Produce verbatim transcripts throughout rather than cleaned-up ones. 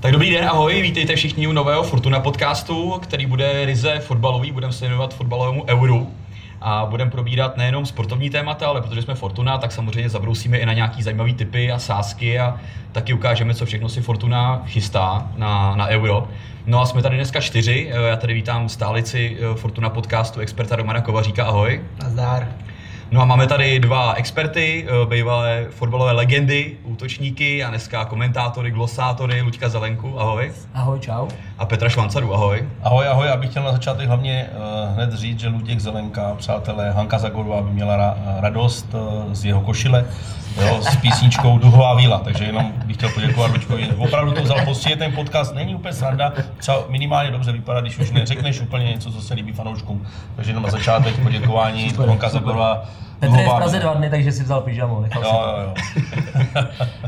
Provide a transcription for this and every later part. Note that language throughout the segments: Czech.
Tak dobrý den, ahoj, vítejte všichni u nového Fortuna podcastu, který bude ryze fotbalový, budeme se věnovat fotbalovému Euru a budeme probírat nejenom sportovní témata, ale protože jsme Fortuna, tak samozřejmě zabrousíme i na nějaký zajímavý tipy a sázky a taky ukážeme, co všechno si Fortuna chystá na, na Euro. No a jsme tady dneska čtyři, já tady vítám stálici Fortuna podcastu, experta Romana Kovaříka, ahoj. Nazdar. No a máme tady dva experty, bývalé fotbalové legendy, útočníky a dneska komentátory, glosátory, Luďka Zelenku, ahoj. Ahoj, čau. A Petra Švancadu, ahoj. Ahoj, ahoj, já bych chtěl na začátek hlavně uh, hned říct, že Luděk Zelenka, přátelé, Hanka Zagorová by měla ra- radost uh, z jeho košile, jo, s písničkou Duhová víla, takže jenom bych chtěl poděkovat Luďkovi. Opravdu to vzal poctivě, ten podcast není úplně sranda, třeba minimálně dobře vypadá, když už neřekneš úplně něco, co se líbí fanouškům. Takže jenom na začátek poděkování, super, Hanka Zagorová. Petr je v Praze dva dny, takže si vzal pyžamo, nechal jo, si to.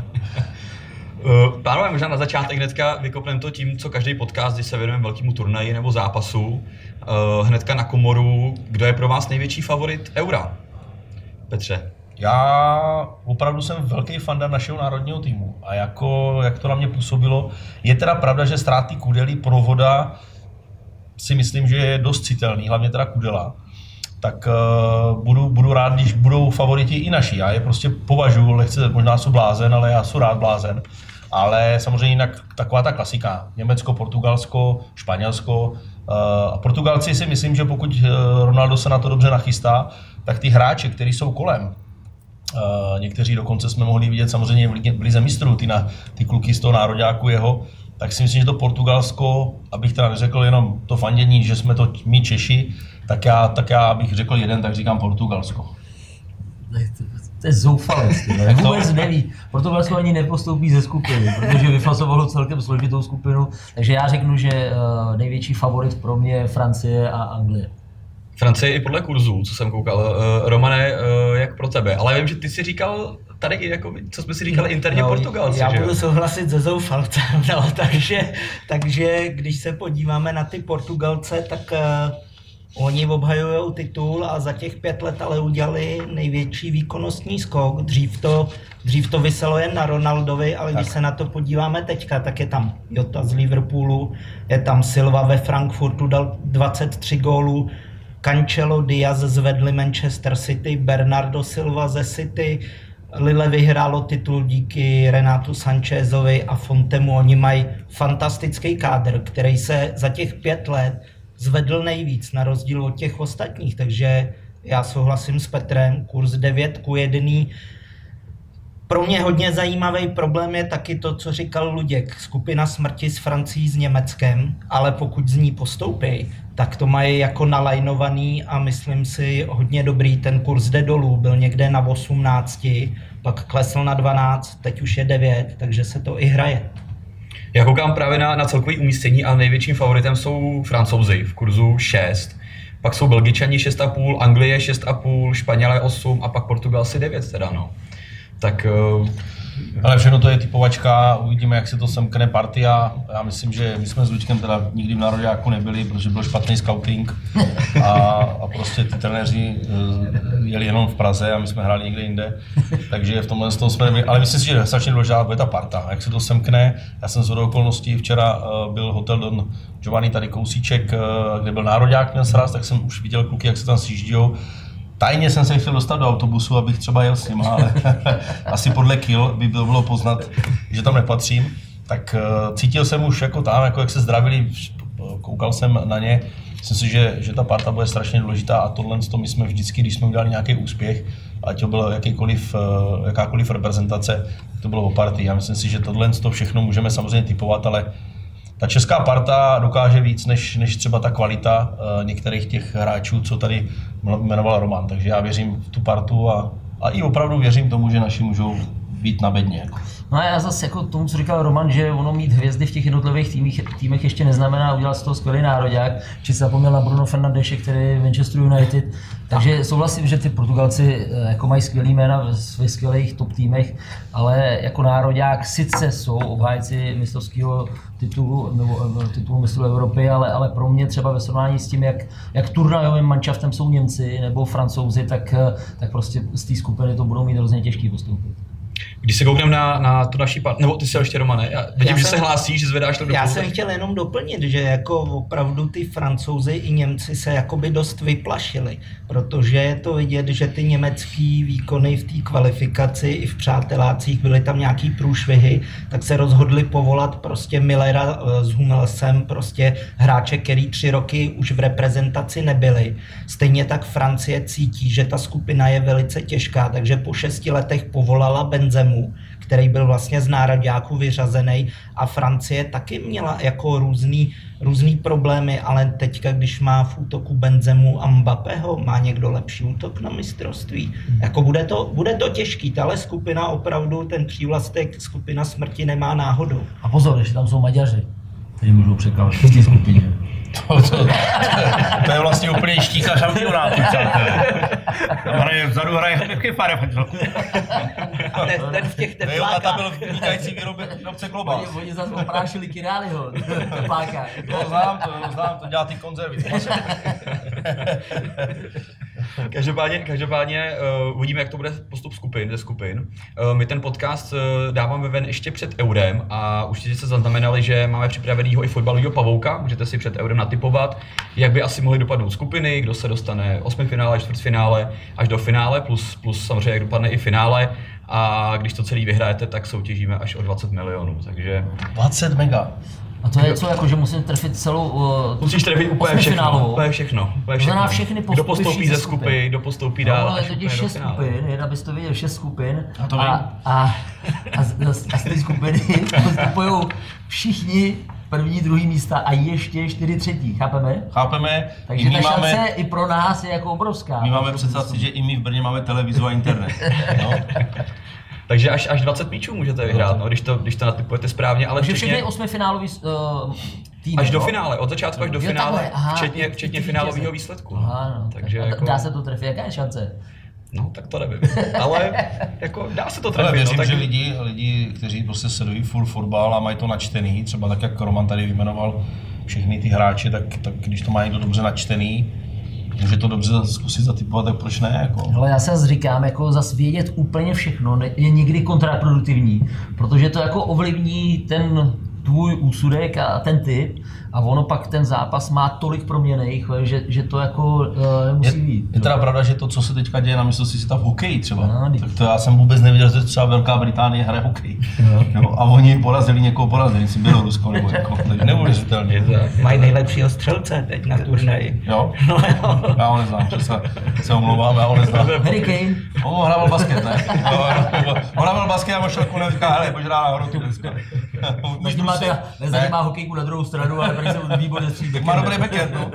Jo, jo. Pánové, možná na začátek hnedka vykopneme to tím, co každý podcast, když se věnujeme velkému turnaji nebo zápasu, hnedka na komoru, kdo je pro vás největší favorit Eura? Petře. Já opravdu jsem velký fanda našeho národního týmu a jako, jak to na mě působilo, je teda pravda, že ztráty Kudely, Provoda si myslím, že je dost citelný, hlavně teda Kudela. Tak uh, budu, budu rád, když budou favoriti i naši. Já je prostě považuji, lehce, možná jsou blázen, ale já jsem rád blázen. Ale samozřejmě jinak taková ta klasika. Německo, Portugalsko, Španělsko. Uh, a Portugalci si myslím, že pokud Ronaldo se na to dobře nachystá, tak ty hráči, kteří jsou kolem, uh, někteří dokonce jsme mohli vidět samozřejmě v lize mistrů, ty, na, ty kluky z toho nároďáku jeho, tak si myslím, že to Portugalsko, abych teda neřekl jenom to fandění, že jsme to my Češi, tak já, tak já bych řekl jeden, tak říkám Portugalsko. To je zoufalec, vůbec neví. Portugalsko ani nepostoupí ze skupiny, protože vyfasovalo celkem složitou skupinu, takže já řeknu, že největší favorit pro mě je Francie a Anglie. Francie i podle kurzů, co jsem koukal. Romane, jak pro tebe? Ale vím, že ty jsi říkal tady, jako, co jsme si říkali interně, no, Portugalci, já že budu jo? souhlasit se zoufalcem, no, takže, takže když se podíváme na ty Portugalce, tak uh, oni obhajují titul a za těch pět let ale udělali největší výkonnostní skok. Dřív to, dřív to viselo jen na Ronaldovi, ale tak. Když se na to podíváme teďka, tak je tam Jota z Liverpoolu, je tam Silva ve Frankfurtu, dal dvacet tři gólů, Cancelo, Diaz zvedli Manchester City, Bernardo Silva ze City, Lille vyhrálo titul díky Renátu Sanchezovi a Fontemu. Oni mají fantastický kádr, který se za těch pět let zvedl nejvíc, na rozdíl od těch ostatních, takže já souhlasím s Petrem, kurz devět ku jedné. Pro mě hodně zajímavý problém je taky to, co říkal Luděk, skupina smrti s Francií s Německem, ale pokud z ní postoupí, tak to mají jako nalajnovaný a myslím si hodně dobrý, ten kurz jde dolů, byl někde na osmnáct, pak klesl na dvanáct, teď už je devět, takže se to i hraje. Já koukám právě na, na celkový umístění a největším favoritem jsou Francouzi v kurzu šest, pak jsou Belgičani šest celá pět, Anglie šest celá pět, Španělé osm a pak Portugalci devět teda no. Tak... Uh... Ale všechno to je typovačka, uvidíme, jak se to semkne partia. Já myslím, že my jsme s Luďkem teda nikdy v nároďáku nebyli, protože byl špatný scouting a, a prostě ty trenéři uh, jeli jenom v Praze a my jsme hráli někde jinde. Takže v tomhle toho jsme nebyli, ale myslím si, že strašně důležitá bude ta parta. Jak se to semkne, já jsem shodou okolností včera uh, byl Hotel Don Giovanni tady kousíček, uh, kde byl nároďák měl sraz, tak jsem už viděl kluky, jak se tam sjíždějou. Tajně jsem se chtěl dostat do autobusu, abych třeba jel s nima, ale asi podle kil by bylo poznat, že tam nepatřím. Tak uh, cítil jsem už jako tam, jako jak se zdravili, koukal jsem na ně. Myslím si, že, že ta parta bude strašně důležitá a tohle to my jsme vždycky, když jsme udělali nějaký úspěch, ať to bylo jakýkoliv, uh, jakákoliv reprezentace, tak to bylo o partii. Já myslím si, že tohle to všechno můžeme samozřejmě typovat, ale ta česká parta dokáže víc než, než třeba ta kvalita uh, některých těch hráčů, co tady jmenoval Roman. Takže já věřím v tu partu a, a i opravdu věřím tomu, že naši můžou být na bedně. No a já zase jako tomu, co říkal Roman, že ono mít hvězdy v těch jednotlivých týmech, týmech ještě neznamená udělat z toho skvělý nároďák, či se zapomněl na Bruno Fernandeše, který je v Manchester United. Takže souhlasím, že ty Portugalci jako mají skvělý jména ve skvělých top týmech, ale jako nároďák sice jsou obhájci mistrovského titulu nebo titulu mistrů Evropy, ale, ale pro mě třeba ve srovnání s tím, jak, jak turnajovým manšaftem jsou Němci nebo Francouzi, tak, tak prostě z té skupiny to budou mít hrozně těžký postoupit. Když se koukneme na, na tu naší part, nebo ty si ještě, Romane, já vidím, já že jsem, se hlásíš, že zvedáš to do Já půl, jsem tak... chtěl jenom doplnit, že jako opravdu ty Francouzi i Němci se jakoby dost vyplašili, protože je to vidět, že ty německý výkony v té kvalifikaci i v přátelácích byly tam nějaký průšvihy, tak se rozhodli povolat prostě Millera s Hummelsem, prostě hráče, který tři roky už v reprezentaci nebyli. Stejně tak Francie cítí, že ta skupina je velice těžká, takže po šesti letech povolala Benzemu, který byl vlastně z nároďáků vyřazený, a Francie taky měla jako různý, různý problémy, ale teďka, když má v útoku Benzemu a Mbappého, má někdo lepší útok na mistrovství. Jako bude to, bude to těžký, tahle skupina opravdu, ten přívlastek skupina smrti nemá náhodou. A pozor, ještě tam jsou Maďaři, kteří můžou překvapit v té skupině. To, to, to je vlastně úplně štíka šampionátu, přátelé. Hraje vzadu, hraje hraje fare. A ten, ten v těch teplákách. A tam byl vynikající výrobce klobás. Oni, oni zase oprášili Királiho, tepláka. To znám, to znám, to dělá ty konzervy. Každopádně, každopádně uh, uvidíme, jak to bude postup skupin, ze skupin. Uh, my ten podcast uh, dáváme ven ještě před Eurem a už jste se zaznamenali, že máme připravenýho i fotbalového pavouka. Můžete si před Eurem natipovat, jak by asi mohly dopadnout skupiny, kdo se dostane osmifinále, čtvrtfinále až do finále, plus, plus samozřejmě jak dopadne i finále. A když to celý vyhrajete, tak soutěžíme až o dvacet milionů, takže... dvacet mega. A to je co, jako, že musím trefit celou uh, musíš trefit úplně všechno, úplně všechno, úplně všechno. všechny kdo postoupí ze skupy, kdo postoupí dál. No, ale totiž šest skupin, jen abys to viděl, šest skupin. A to a, a, a, a, a z té skupiny postupujou všichni první, druhý místa a ještě čtyři třetí, chápeme? Chápeme. Takže ta šance máme, i pro nás je jako obrovská. My máme představit, že i my v Brně máme televizi a internet. No. Takže až, až dvacet míčů můžete vyhrát, no, když to, když to natipujete správně, ale Takže včetně... všechny osmifinálový uh, týmy, až do no? finále, od začátku až do Jo, finále, takhle, aha, včetně, ty, včetně ty finálového výsledku. Aha, no. Takže a jako... dá se to trefit, jaká je šance? No, tak to nevím, ale jako dá se to trefit. Ale věřím, no, tak... že lidi, lidi, kteří prostě sledují full fotbal a mají to načtený, třeba tak, jak Roman tady vyjmenoval všechny ty hráče, tak, tak když to má někdo dobře načtený, může to dobře zkusit zatipovat, tak proč ne? Jako? Ale já se zase říkám, jako zase vědět úplně všechno je někdy kontraproduktivní, protože to jako ovlivní ten tvůj úsudek a ten typ, a ono pak ten zápas má tolik proměnných, že, že to jako uh, nemusí je, být. Je teda pravda, že to, co se teďka děje na mistrovství světa v hokeji třeba, no, tak to já jsem vůbec nevěděl, že třeba Velká Británie hraje hokej. No. No, a oni porazili někoho, porazili si Bělorusko nebo jako, takže neuvěřitelně. Mají nejlepšího střelce teď na turnaji. Jo? No, jo. Já ho neznám, že se, se omlouvám, já ho neznám. Harry Kane. On hrával basket, ne? On hrával basket a možná šelku neříká, hele, pojď hrát na hrotu dneska. Nezajímá hokejku na druhou stranu, ale tady se výborně střílí. Má dobrý backend, no.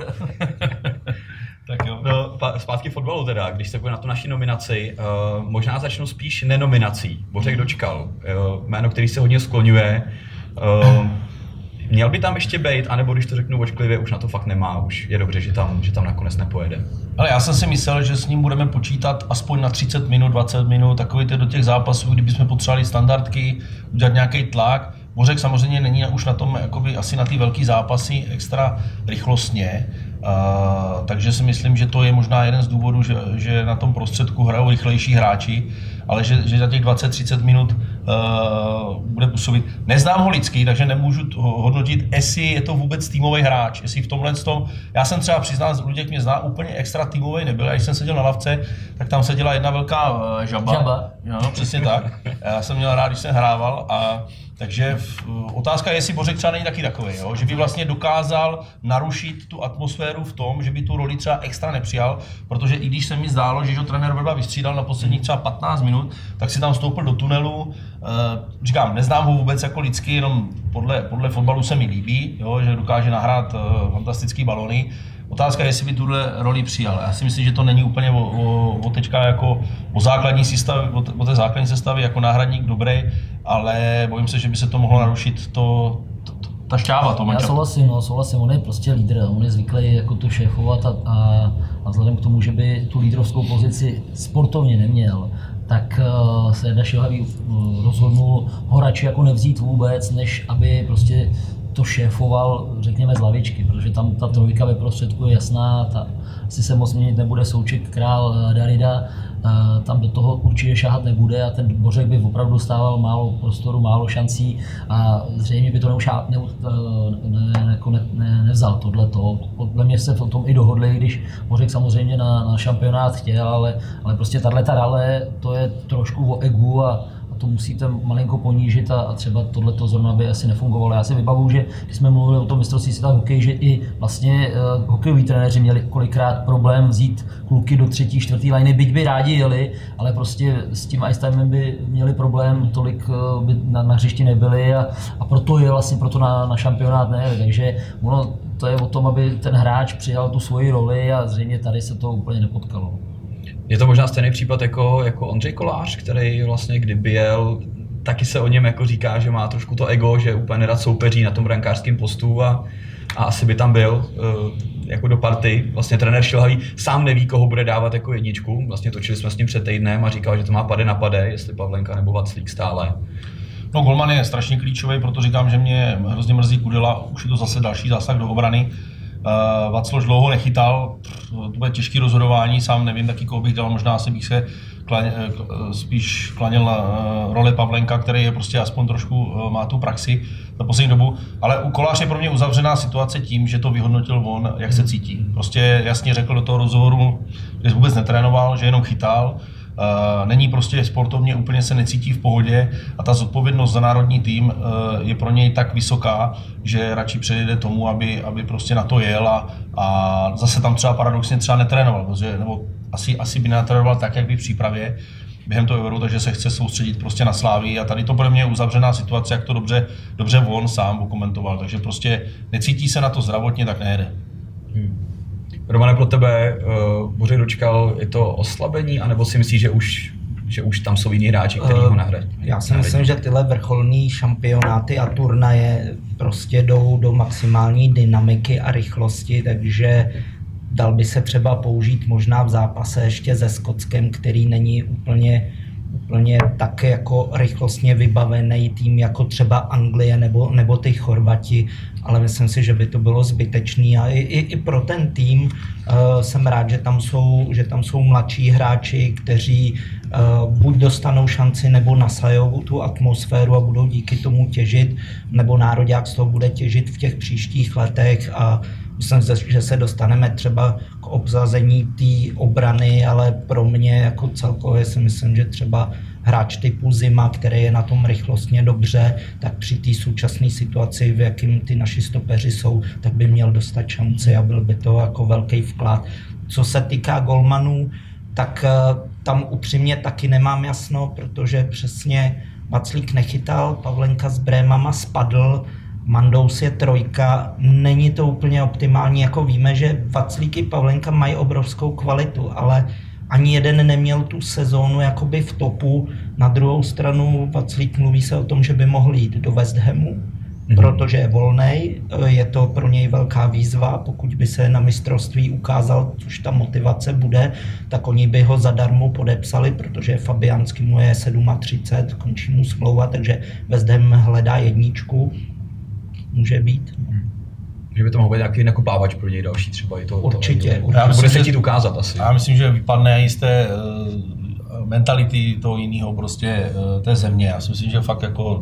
Tak jo. No, zpátky fotbalu teda, když se půjde na tu naši nominaci, uh, možná začnu spíš nenominací. Bořek Dočkal, uh, jméno, který se hodně skloňuje. Uh, měl by tam ještě být, anebo když to řeknu očklivě, už na to fakt nemá, už je dobře, že tam, že tam nakonec nepojede. Ale já jsem si myslel, že s ním budeme počítat aspoň na třicet minut, dvacet minut, takový ty do těch zápasů, kdybychom potřebovali standardky, udělat nějaký tlak. Bořek samozřejmě není už na tom, jakoby asi na ty velký zápasy extra rychlostně, uh, takže si myslím, že to je možná jeden z důvodů, že, že na tom prostředku hrajou rychlejší hráči, ale že, že za těch dvacet třicet minut uh, bude působit. Neznám ho lidsky, takže nemůžu hodnotit, jestli je to vůbec týmový hráč, jestli v tomhle tom. Já jsem třeba přiznal, že Luděk mě zná, úplně extra týmový nebyl, a když jsem seděl na lavce, tak tam seděla jedna velká uh, žaba. Žaba. No, přesně tak. Já jsem měl rád, když jsem hrával, a takže v, otázka je, jestli Bořek třeba není taky takový, jo? Že by vlastně dokázal narušit tu atmosféru v tom, že by tu roli třeba extra nepřijal, protože i když se mi zdálo, že ho trenér Vrba vystřídal na posledních třeba patnáct minut, tak si tam vstoupil do tunelu. E, říkám, neznám ho vůbec jako lidsky, jenom podle, podle fotbalu se mi líbí, jo? Že dokáže nahrát e, fantastický balony. Otázka je, jestli by tuhle roli přijal. Já si myslím, že to není úplně o, o, o teďka jako o základní sestavě, o, o té základní sestavě jako náhradník dobrý, ale bojím se, že by se to mohlo narušit to, to, to ta šťáva. To Já souhlasím, no, souhlasím, on je prostě lídr, on je zvyklý jako to šéfovat a, a, a vzhledem k tomu, že by tu lídrovskou pozici sportovně neměl, tak uh, se Jarda Šilhavý uh, rozhodnul ho radši jako nevzít vůbec, než aby prostě to šéfoval, řekněme, z lavičky, protože tam ta trojka ve prostředku je jasná, ta asi se moc měnit nebude, Souček, Král, Darida, tam do toho určitě šáhat nebude a ten Bořek by opravdu stával málo prostoru, málo šancí a zřejmě by to neušá, ne, ne, jako ne, ne, nevzal tohleto. Podle mě se o tom i dohodli, když Bořek samozřejmě na, na šampionát chtěl, ale, ale prostě tato rale, to je trošku o egu a to musíte malinko ponížit a, a třeba tohleto zrovna by asi nefungovalo. Já si vybavuju, že když jsme mluvili o tom mistrovství světa hokej, že i vlastně uh, hokejoví trenéři měli kolikrát problém vzít kluky do třetí, čtvrtý liny, byť by rádi jeli, ale prostě s tím ice timem by měli problém, tolik uh, by na, na hřišti nebyli a, a proto je vlastně proto na, na šampionát ne. Takže ono, to je o tom, aby ten hráč přijal tu svoji roli a zřejmě tady se to úplně nepotkalo. Je to možná stejný případ jako, jako Ondřej Kolář, který vlastně kdyby jel, taky se o něm jako říká, že má trošku to ego, že úplně nerad soupeří na tom brankářském postu a, a asi by tam byl uh, jako do party. Vlastně trenér Šilhavý sám neví, koho bude dávat jako jedničku. Vlastně točili jsme s ním před týdnem a říkal, že to má pade na pade, jestli Pavlenka nebo Vaclík stále. No, golman je strašně klíčový, proto říkám, že mě hrozně mrzí Kudela, už je to zase další zásah do obrany. Uh, Vacloš dlouho nechytal, to bude těžké rozhodování, sám nevím taky, koho bych dal, možná asi bych se klaně, spíš klaněl na uh, roli Pavlenka, který je prostě aspoň trošku uh, má tu praxi za poslední dobu, ale u Koláře je pro mě uzavřená situace tím, že to vyhodnotil on, jak se cítí. Prostě jasně řekl do toho rozhovoru, že vůbec netrénoval, že jenom chytal. Uh, není prostě sportovně, úplně se necítí v pohodě a ta zodpovědnost za národní tým uh, je pro něj tak vysoká, že radši přejde tomu, aby, aby prostě na to jel a, a zase tam třeba paradoxně třeba netrénoval, protože, nebo asi, asi by netrénoval tak, jak by v přípravě během toho Euro, takže se chce soustředit prostě na Slávii a tady to pro mě je uzavřená situace, jak to dobře, dobře on sám komentoval, takže prostě necítí se na to zdravotně, tak nejede. Hmm. Romane, pro tebe uh, Bořek dočkal, je to oslabení, anebo si myslíš, že už, že už tam jsou jiní hráči, kteří ho nahradí? Já si myslím, že tyhle vrcholní šampionáty a turnaje prostě jdou do maximální dynamiky a rychlosti, takže dal by se třeba použít možná v zápase ještě se Skotskem, který není úplně úplně tak jako rychlostně vybavený tým jako třeba Anglie nebo, nebo ty Chorvati, ale myslím si, že by to bylo zbytečný a i, i, i pro ten tým uh, jsem rád, že tam jsou, že tam jsou mladší hráči, kteří uh, buď dostanou šanci nebo nasajou tu atmosféru a budou díky tomu těžit, nebo nároďák z toho bude těžit v těch příštích letech a myslím, že se dostaneme třeba k obsazení té obrany, ale pro mě jako celkově si myslím, že třeba hráč typu Zima, který je na tom rychlostně dobře, tak při té současné situaci, v jakým ty naši stopeři jsou, tak by měl dostat šanci a byl by to jako velký vklad. Co se týká golmanů, tak tam upřímně taky nemám jasno, protože přesně Vaclík nechytal, Pavlenka s Brémama spadl, Mandous je trojka, není to úplně optimální, jako víme, že Vaclík i Pavlenka mají obrovskou kvalitu, ale ani jeden neměl tu sezónu jakoby v topu. Na druhou stranu Vaclík mluví se o tom, že by mohl jít do West Hamu, mm-hmm. protože je volnej, je to pro něj velká výzva, pokud by se na mistrovství ukázal, což ta motivace bude, tak oni by ho zadarmo podepsali, protože Fabianský mu je třicet sedm, končí mu smlouva, takže West Ham hledá jedničku. Může být. Že by to mohl být nějaký nakopávač pro něj další třeba i to. Určitě. To, určitě. Já myslím, bude se chtít ukázat asi. Já myslím, že vypadne jisté uh, mentality toho jiného prostě uh, té země. Já si myslím, že fakt jako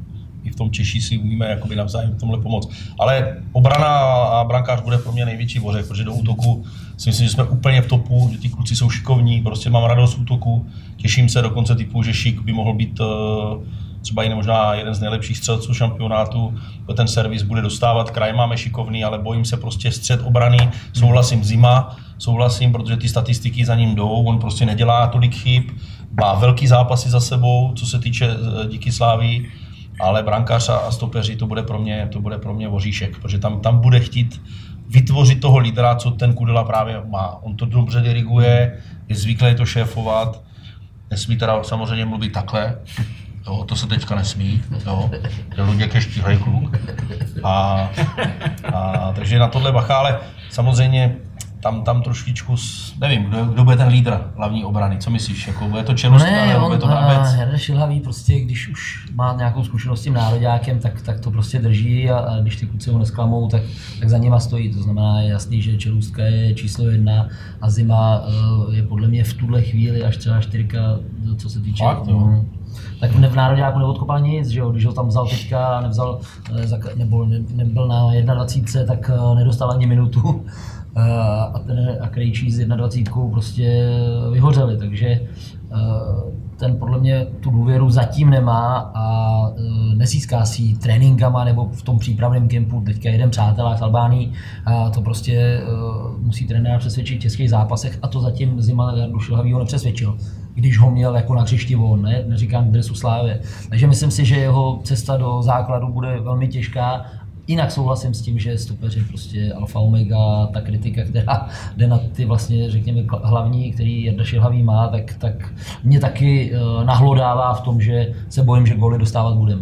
i v tom Češi si umíme jakoby navzájem v tomhle pomoct. Ale obrana a brankář bude pro mě největší Bořek, protože do útoku si myslím, že jsme úplně v topu, že ty kluci jsou šikovní, prostě mám radost z útoku. Těším se dokonce typu, že Šik by mohl být uh, třeba i možná jeden z nejlepších střelců šampionátu, ten servis bude dostávat, kraj máme šikovný, ale bojím se prostě střed obrany, souhlasím Zima, souhlasím, protože ty statistiky za ním jdou, on prostě nedělá tolik chyb, má velký zápasy za sebou, co se týče díky Slávii, ale brankář a stopeři, to bude pro mě, to bude pro mě voříšek, protože tam, tam bude chtít vytvořit toho lídra, co ten Kudela právě má. On to dobře diriguje, je zvyklý to šéfovat, nesmí teda samozřejmě mluvit takhle, jo, to se teďka nesmí, jo, je Luděk je štíhlej kluk. A, a, takže na tohle bacha, ale samozřejmě tam, tam trošičku, nevím, kdo, kdo bude ten lídr hlavní obrany, co myslíš, jako bude to Čelostka, nebo bude to Brabec? Jarda Šilhavý prostě, když už má nějakou zkušenost s tím nároďákem, tak, tak to prostě drží a, a když ty kluci ho nesklamou, tak, tak za nima stojí, to znamená je jasný, že Čelůstka je číslo jedna a Zima uh, je podle mě v tuhle chvíli až třeba čtyřka, co se týče. Fakt, um, tak v nároďáku neodkopal nic, že jo, když ho tam vzal teďka, nevzal, nebo nebyl na dvacet jedna, tak nedostal ani minutu. A ten a Krejčí s dvacet jedna prostě vyhořeli, takže ten podle mě tu důvěru zatím nemá a nezíská si ji tréninkama nebo v tom přípravném kempu, teďka jeden přátelá v Albánii, a to prostě musí trenér přesvědčit v českých zápasech a to zatím Zima Jardu Šilhavýho nepřesvědčil, když ho měl jako na hřišti on, ne? Neříkám dresu Slávě. Takže myslím si, že jeho cesta do základu bude velmi těžká. Jinak souhlasím s tím, že stopeři prostě alfa omega, ta kritika, která jde na ty vlastně, řekněme, hlavní, který Jarda Šilhavý má, tak, tak mě taky nahlodává v tom, že se bojím, že góly dostávat budeme.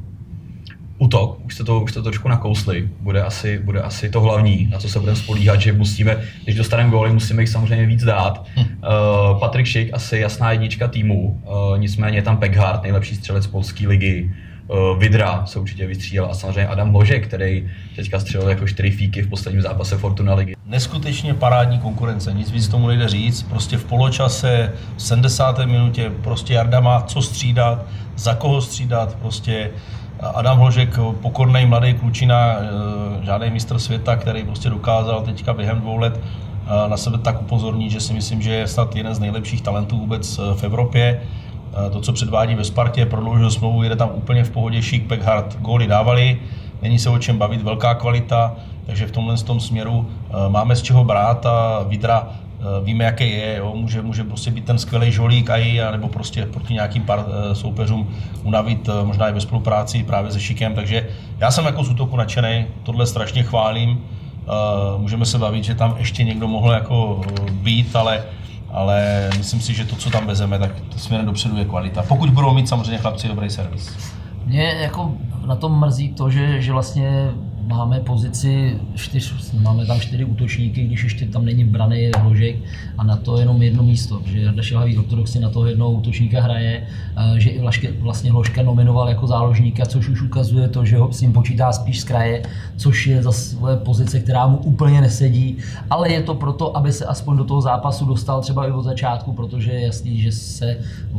Útok, už jste to, už jste to trošku nakousli, bude asi, bude asi to hlavní, na co se budeme spolíhat, že musíme, když dostaneme góly, musíme jich samozřejmě víc dát. Hm. Uh, Patrik Šik, asi jasná jednička týmu, uh, nicméně je tam Pekhart, nejlepší střelec polské ligy. Vidra se určitě vystřídal a samozřejmě Adam Hložek, který teďka střelil jako čtyři fíky v posledním zápase Fortuna ligy. Neskutečně parádní konkurence, nic víc tomu nejde říct, prostě v poločase, v sedmdesáté minutě, prostě Jarda má co střídat, za koho střídat, prostě Adam Hložek, pokornej mladý klučina, žádný mistr světa, který prostě dokázal teďka během dvou let na sebe tak upozornit, že si myslím, že je snad jeden z nejlepších talentů vůbec v Evropě. To, co předvádí ve Spartě, prodloužil smlouvu, jede tam úplně v pohodě. Šik, Pekhart, góly dávali, není se o čem bavit, velká kvalita, takže v tomhle tom směru máme z čeho brát a Vidra víme, jaký je, jo. Může, může prostě být ten skvělý žolík a nebo prostě proti nějakým pár soupeřům unavit, možná i ve spolupráci právě se Šikem, takže já jsem jako z útoku nadšený, tohle strašně chválím, můžeme se bavit, že tam ještě někdo mohl jako být, ale ale myslím si, že to, co tam vezeme, tak to směrem dopředu je kvalita. Pokud budou mít samozřejmě chlapci dobrý servis. Mě jako na tom mrzí to, že, že vlastně máme pozici čtyř, máme tam čtyři útočníky, když ještě tam není Brany, Hložek a na to jenom jedno místo, že Jarda Šilhavý ortodoxně na toho jednoho útočníka hraje, že i vlastně Hložka nominoval jako záložníka, což už ukazuje to, že ho s ním počítá spíš z kraje, což je za svoje pozice, která mu úplně nesedí, ale je to proto, aby se aspoň do toho zápasu dostal třeba i od začátku, protože je jasný, že se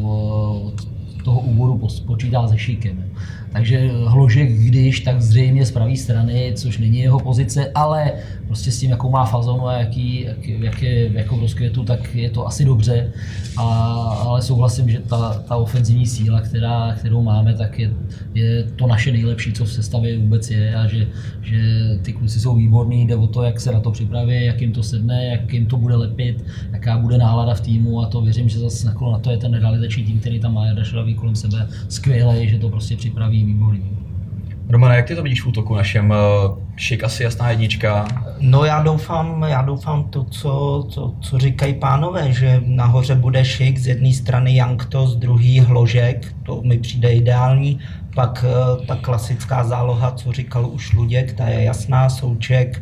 od toho úvodu počítá se Šikem. Takže Hložek, když, tak zřejmě z pravé strany, což není jeho pozice, ale prostě s tím, jakou má fazonu a jaký, jak, jak je jako v rozkvětu, tak je to asi dobře. A, ale souhlasím, že ta, ta ofenzivní síla, která, kterou máme, tak je, je to naše nejlepší, co v sestavě vůbec je a že, že ty kluci jsou výborní, jde o to, jak se na to připraví, jak jim to sedne, jak jim to bude lepit, jaká bude nálada v týmu a to věřím, že zase na to je ten realizační tým, který tam má Jarda Šilhavý kolem sebe skvělej, že to prostě připraví výborný. Romane, jak ty to vidíš v útoku našem? Šik asi jasná jednička. No já doufám, já doufám to, co, co, co říkají pánové, že nahoře bude Šik, z jedné strany Jankto, z druhé Hložek, to mi přijde ideální. Pak ta klasická záloha, co říkal už Luděk, ta je jasná, Souček,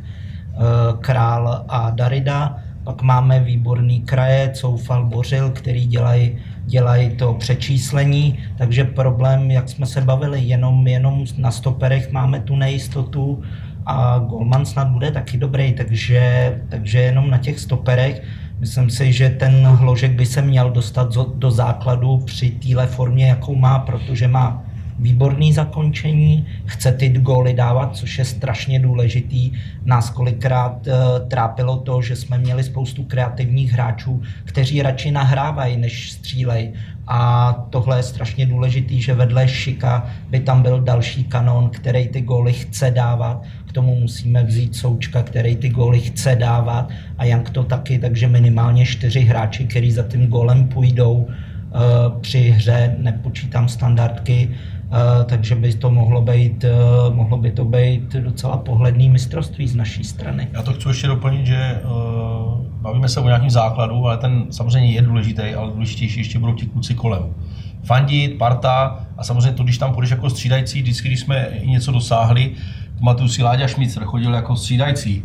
Král a Darida. Pak máme výborný kraje, Coufal, Bořil, který dělají dělají to přečíslení, takže problém, jak jsme se bavili, jenom, jenom na stoperech máme tu nejistotu a golman snad bude taky dobrý, takže, takže jenom na těch stoperech. Myslím si, že ten Hložek by se měl dostat do základu při téhle formě, jakou má, protože má výborný zakončení, chce ty góly dávat, což je strašně důležitý. Nás kolikrát uh, trápilo to, že jsme měli spoustu kreativních hráčů, kteří radši nahrávají, než střílejí. A tohle je strašně důležitý, že vedle Šika by tam byl další kanon, který ty góly chce dávat. K tomu musíme vzít Součka, který ty góly chce dávat a Jank to taky, takže minimálně čtyři hráči, kteří za tím gólem půjdou uh, při hře, nepočítám standardky, Uh, takže by to mohlo být, uh, mohlo by to být docela pohledný mistrovství z naší strany. Já to chci ještě doplnit, že uh, bavíme se o nějakém základu, ale ten samozřejmě je důležitý, ale důležitější ještě budou ti kluci kolem. Fandit, parta a samozřejmě to, když tam půjdeš jako střídající, vždycky, když jsme něco dosáhli, pamatuju si, Láďa Šmícer chodil jako střídající.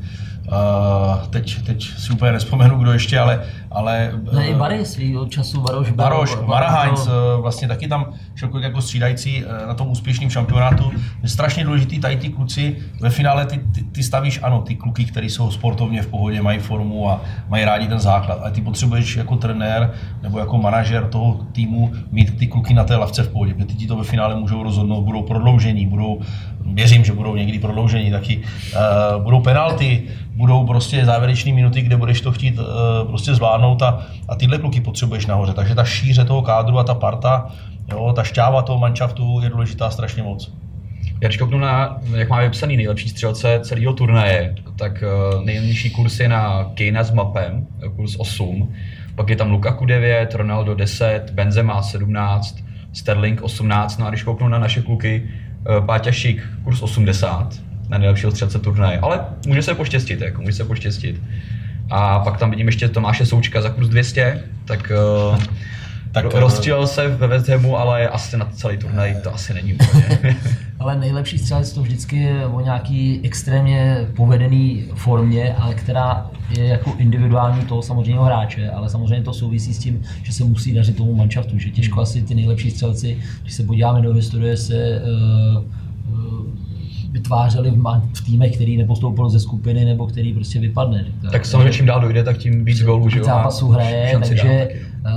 Uh, teď, teď si úplně nespomenu, kdo ještě, ale... ale no i Bary svýho času, Baroš, Baroš, Mara Heinz, vlastně taky tam šel jako střídající na tom úspěšném šampionátu. Je strašně důležitý tady ty kluci, ve finále ty, ty, ty stavíš, ano, ty kluky, kteří jsou sportovně v pohodě, mají formu a mají rádi ten základ, ale ty potřebuješ jako trenér nebo jako manažer toho týmu mít ty kluky na té lavce v pohodě, protože ty ti to ve finále můžou rozhodnout, budou prodloužení, budou, věřím, že budou někdy prodloužení taky, uh, budou penalty, budou prostě závěrečné minuty, kde budeš to chtít uh, prostě zvládnout a, a tyhle kluky potřebuješ nahoře. Takže ta šíře toho kádru a ta parta, jo, ta šťáva toho manšaftu je důležitá strašně moc. Já když kouknu na, jak máme vypsaný nejlepší střelce celého turnaje, tak uh, nejnižší kurz je na Kanea s Mapem, kurz osm, pak je tam Lukaku devět, Ronaldo deset, Benzema sedmnáct, Sterling osmnáct, no a když kouknu na naše kluky, uh, Páťa Šik, kurz osmdesát, na nejlepšího střelce turnaje, ale může se poštěstit, jako může se poštěstit. A pak tam vidím ještě Tomáše Součka za kurz dvě stě, tak, uh, tak rozstřílel se ve West Hamu, ale asi na celý turnaj to asi není úplně. Ale nejlepší střelec to vždycky je o nějaký extrémně povedený formě, ale která je jako individuální toho samozřejmě hráče, ale samozřejmě to souvisí s tím, že se musí dařit tomu manšaftu, že těžko asi ty nejlepší střelci, když se podíváme do historie, se uh, vytvářeli v, v týmech, který nepostoupil ze skupiny nebo který prostě vypadne. Tak, tak samozřejmě čím dál dojde, tak tím víc gólů, že jo? Zápasů hraje, takže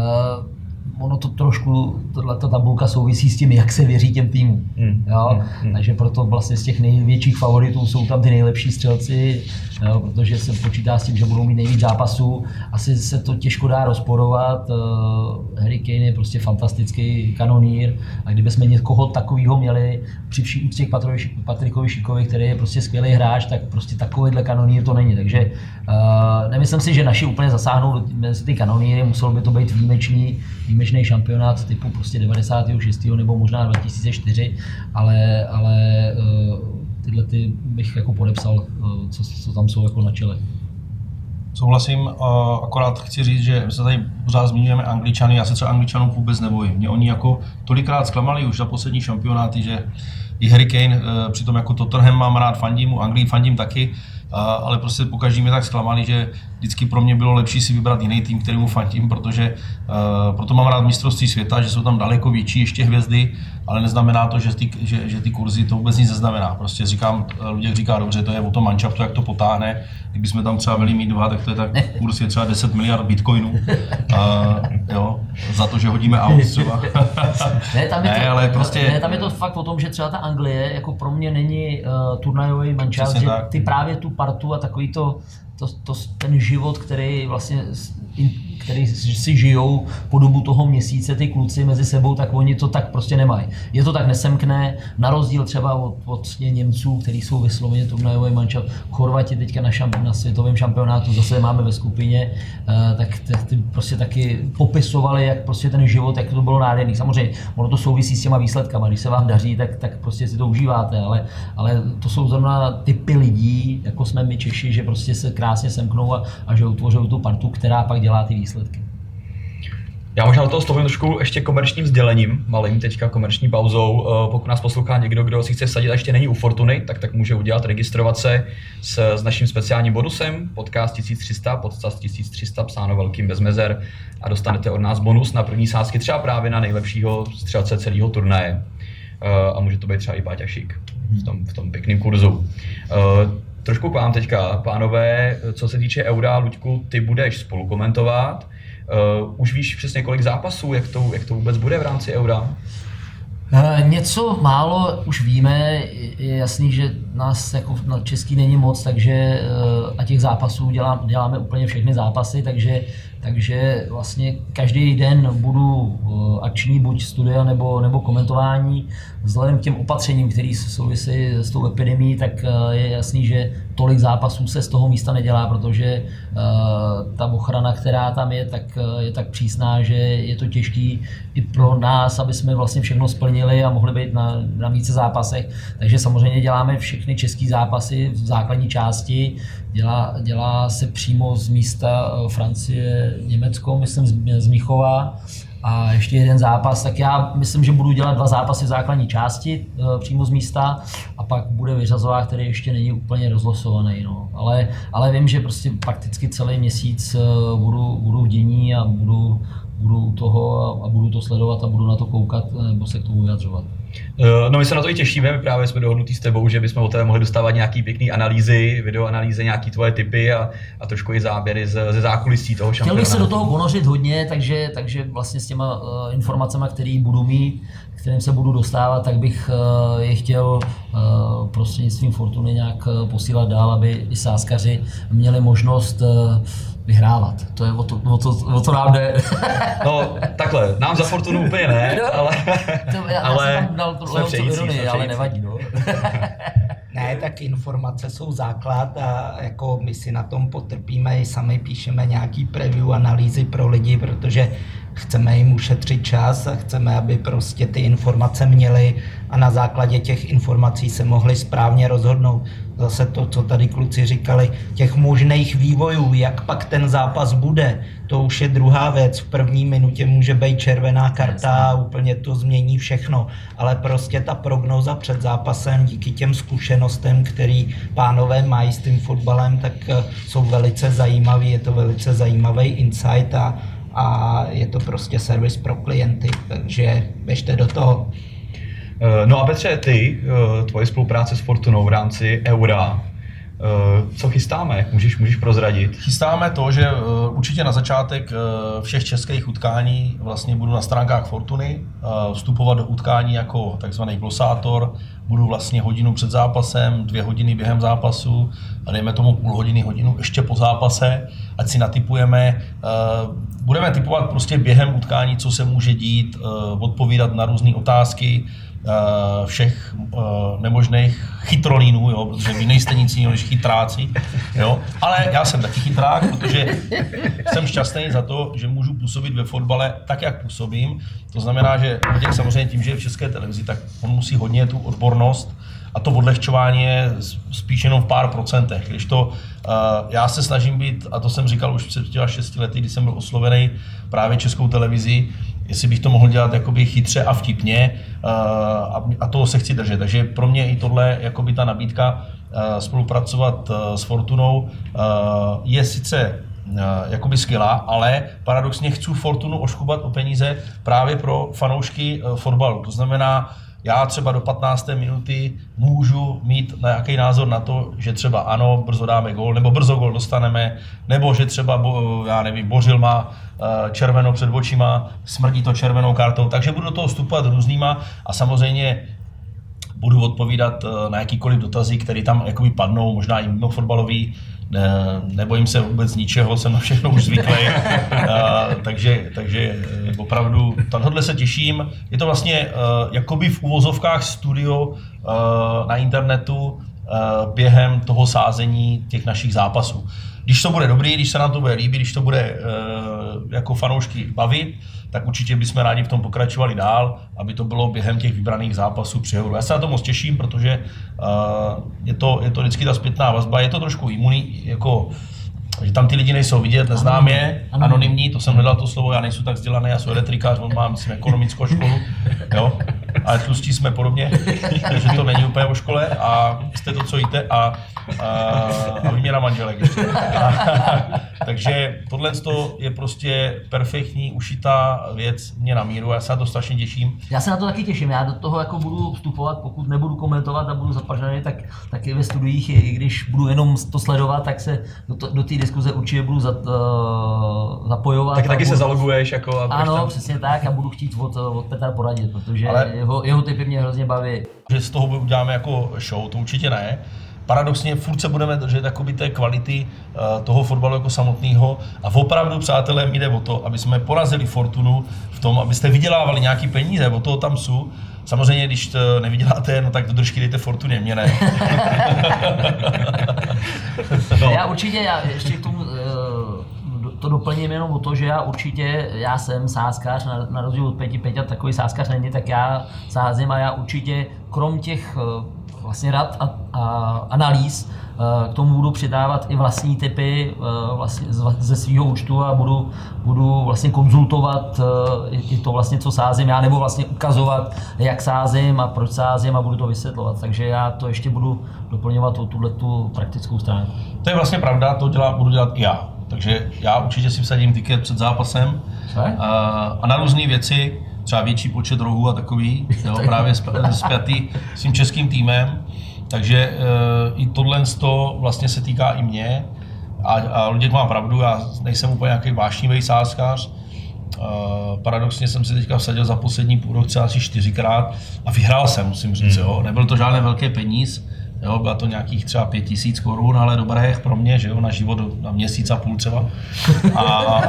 uh, ono to trošku, tato tabulka souvisí s tím, jak se věří těm týmům. Mm. Jo? Mm. Takže proto vlastně z těch největších favoritů jsou tam ty nejlepší střelci, jo? Protože se počítá s tím, že budou mít nejvíc zápasů. Asi se to těžko dá rozporovat. Uh, Harry Kane je prostě fantastický kanonýr a kdybychom někoho takového měli při vší úctě k Patrikovi Šikovi, který je prostě skvělý hráč, tak prostě takovýhle kanonýr to není. Takže uh, nemyslím si, že naši úplně zasáhnou mezi ty kanonýry, muselo by to být výjimečný, výjimečný šampionát typu prostě devadesátého šestého nebo možná dva tisíce čtyři, ale, ale uh, tyhle ty bych jako podepsal, uh, co, co tam jsou jako na čele. Souhlasím, akorát chci říct, že my se tady pořád zmiňujeme Angličany, já se třeba Angličanů vůbec nebojím. Mě oni jako tolikrát zklamali už za poslední šampionáty, že i Harry Kane, přitom jako Tottenham mám rád, fandím mu, Anglii fandím taky, ale prostě pokaždý mě tak zklamali, že vždycky pro mě bylo lepší si vybrat jiný tým, kterému fandím, protože uh, proto mám rád mistrovství světa, že jsou tam daleko větší ještě hvězdy, ale neznamená to, že ty, že, že ty kurzy to vůbec nic neznamená. Prostě říkám, Luděk říká dobře, to je o tom manšaftu, jak to potáhne. Kdybychom tam třeba měli mít dva, tak to je tak, kurz je třeba deset miliard bitcoinů, uh, jo, za to, že hodíme aut třeba. ne, tam je to, ne, ale prostě... ne, tam je to fakt o tom, že třeba ta Anglie jako pro mě není uh, turnajový manšaft, že tak. ty právě tu partu a takový to, to, to, ten život, který vlastně který si žijou po dobu toho měsíce ty kluci mezi sebou, tak oni to tak prostě nemají. Je to tak nesemkne, na rozdíl třeba od, od Němců, kteří jsou vysloveně turnajový manšaft. Chorvati teďka na, šamp, na světovém šampionátu zase máme ve skupině, uh, tak ty prostě taky popisovali, jak prostě ten život, jak to bylo nádherný. Samozřejmě, ono to souvisí s těma výsledkama, když se vám daří, tak, tak prostě si to užíváte, ale, ale to jsou zrovna typy lidí, jako jsme my Češi, že prostě se krásně semknou a, a že utvoří tu partu, která pak dělá ty výsledky. Já možná do toho slovím trošku ještě komerčním sdělením, malým teďka komerční pauzou. Pokud nás poslouchá někdo, kdo si chce vsadit a ještě není u Fortuny, tak tak může udělat, registrovat se s, s naším speciálním bonusem, podcast tisíc tři sta, podcast tisíc tři sta, psáno velkým bez mezer, a dostanete od nás bonus na první sázky třeba právě na nejlepšího střelce celého turnaje. A může to být třeba i Páťa Šik v tom, v tom pěkném kurzu. Trošku k vám teďka, pánové, co se týče Eura, Luďku, ty budeš spolu komentovat. Uh, už víš přesně kolik zápasů, jak to, jak to vůbec bude v rámci Eura? Uh, něco málo už víme, je jasný, že nás jako na český není moc, takže uh, a těch zápasů dělá, děláme úplně všechny zápasy, takže, takže vlastně každý den budu uh, akční, buď studia nebo, nebo komentování. Vzhledem k těm opatřením, které souvisí s tou epidemií, tak uh, je jasný, že tolik zápasů se z toho místa nedělá, protože uh, ta ochrana, která tam je, tak uh, je tak přísná, že je to těžký i pro nás, aby jsme vlastně všechno splnili a mohli být na, na více zápasech. Takže samozřejmě děláme všechny české zápasy v základní části. Dělá, dělá se přímo z místa Francie, Německo, myslím z, z Mnichova. a ještě jeden zápas, tak já myslím, že budu dělat dva zápasy v základní části přímo z místa a pak bude vyřazovák, který ještě není úplně rozlosovaný. No. Ale, ale vím, že prostě prakticky celý měsíc budu, budu v dění a budu, budu u toho a, a budu to sledovat a budu na to koukat nebo se k tomu vyjadřovat. No my se na to i těšíme, my právě jsme dohodnutí s tebou, že bychom od tebe mohli dostávat nějaký pěkný analýzy, videoanalýzy, nějaký tvoje tipy a, a trošku i záběry ze, ze zákulisí toho šampionátu. Chtěl bych se do toho ponořit hodně, takže, takže vlastně s těma uh, informacemi, které budu mít, kterým se budu dostávat, tak bych uh, je chtěl uh, prostřednictvím Fortuny nějak uh, posílat dál, aby i sázkaři měli možnost uh, vyhrávat. To je o to, o to, o to nám jde. No takhle, nám za Fortunu úplně ne, ale, to, já, ale já jsem tam dal jsme přející, ironii, ale nevadí. No. Ne, tak informace jsou základ a jako my si na tom potrpíme, i sami píšeme nějaký preview analýzy pro lidi, protože chceme jim ušetřit čas a chceme, aby prostě ty informace měli a na základě těch informací se mohli správně rozhodnout. Zase to, co tady kluci říkali, těch možných vývojů, jak pak ten zápas bude, to už je druhá věc. V první minutě může být červená karta a úplně to změní všechno. Ale prostě ta prognóza před zápasem díky těm zkušenostem, který pánové mají s tím fotbalem, tak jsou velice zajímavý, je to velice zajímavý insight a a je to prostě servis pro klienty, takže běžte do toho. No a Petře, ty, tvoje spolupráce s Fortunou v rámci Eura, co chystáme? Můžeš, můžeš prozradit? Chystáme to, že určitě na začátek všech českých utkání vlastně budu na stránkách Fortuny vstupovat do utkání jako takzvaný glosátor. Budu vlastně hodinu před zápasem, dvě hodiny během zápasu a dejme tomu půl hodiny, hodinu ještě po zápase, ať si natipujeme. Budeme tipovat prostě během utkání, co se může dít, odpovídat na různé otázky všech nemožných chytrolínů, jo, protože vy nejste nic jiného než chytráci, jo. Ale já jsem taky chytrák, protože jsem šťastný za to, že můžu působit ve fotbale tak, jak působím. To znamená, že samozřejmě tím, že je v České televizi, tak on musí hodně tu odbornost a to odlehčování je spíš jenom v pár procentech. Když to uh, já se snažím být, a to jsem říkal už před těla šesti lety, kdy jsem byl oslovený právě Českou televizi, jestli bych to mohl dělat jakoby chytře a vtipně uh, a, a toho se chci držet. Takže pro mě i tohle jakoby ta nabídka uh, spolupracovat uh, s Fortunou uh, je sice uh, jakoby skvělá, ale paradoxně chci Fortunu oškubat o peníze právě pro fanoušky uh, fotbalu. To znamená, já třeba do patnácté minuty můžu mít nějaký názor na to, že třeba ano, brzo dáme gól, nebo brzo gól dostaneme, nebo že třeba, já nevím, Bořil má červenou před očima, smrdí to červenou kartou, takže budu do toho vstupovat různýma a samozřejmě budu odpovídat na jakýkoliv dotazy, které tam jakoby padnou, možná i mimo fotbalový, ne, nebojím se vůbec ničeho, jsem na všechno už zvyklý, takže, takže opravdu tohle se těším. Je to vlastně jakoby v uvozovkách studio na internetu během toho sázení těch našich zápasů. Když to bude dobrý, když se nám to bude líbit, když to bude jako fanoušky bavit, tak určitě bychom rádi v tom pokračovali dál, aby to bylo během těch vybraných zápasů při Euru. Já se na to moc těším, protože uh, je, to, je to vždycky ta zpětná vazba, je to trošku imunní, jako, že tam ty lidi nejsou vidět, neznám je, anonymní, to jsem hledal to slovo, já nejsou tak vzdělaný, já jsem elektrikář, on má, myslím, ekonomickou školu, jo, ale tlustí jsme podobně, takže to není úplně o škole a jste to, co jíte a, a, a výměna manželek ještě. A, takže tohle je prostě perfektní, ušitá věc mě na míru a já se na to strašně těším. Já se na to taky těším, já do toho jako budu vstupovat, pokud nebudu komentovat a budu zapařený, tak, tak i ve studiích, i když budu jenom to sledovat, tak se do, do té diskuze určitě budu za, uh, zapojovat. Tak taky budu, se zaloguješ jako... Ano, tam... přesně tak a budu chtít od, od Petra poradit, protože Ale... jeho, jeho typy mě hrozně baví. Že z toho uděláme jako show, to určitě ne. Paradoxně furt se budeme držet jakoby té kvality uh, toho fotbalu jako samotného a opravdu, přátelé, mi jde o to, aby jsme porazili Fortunu v tom, abyste vydělávali nějaký peníze, o toho tam jsou. Samozřejmě, když to nevyděláte, no tak do držky dejte Fortuně, mě ne. No. Já určitě, já ještě k tomu uh, to doplním jenom o to, že já určitě, já jsem sázkař, na, na rozdíl od Peti, Peťa takový sázkař není, tak já sázím a já určitě, krom těch uh, vlastně rad a, a analýz. K tomu budu přidávat i vlastní tipy vlastně ze svého účtu a budu, budu vlastně konzultovat i to vlastně, co sázím já, nebo vlastně ukazovat, jak sázím a proč sázím a budu to vysvětlovat. Takže já to ještě budu doplňovat o tuhletu praktickou stránku. To je vlastně pravda, to dělá, budu dělat i já. Takže já určitě si vsadím tiket před zápasem a, a na různé věci, třeba větší počet rohů a takový, jo, právě spjatý s tím českým týmem. Takže e, i tohle vlastně se týká i mě a, a Luděk má pravdu, já nejsem úplně nějaký vášnivý sázkař. E, paradoxně jsem si teďka vsadil za poslední půl rok třeba asi čtyřikrát a vyhrál jsem, musím říct, hmm. jo. Nebyl to žádný velký peníz, jo, byla to nějakých třeba pět tisíc korun, ale dobrých pro mě, že jo, na život, na měsíc a půl třeba. A, a,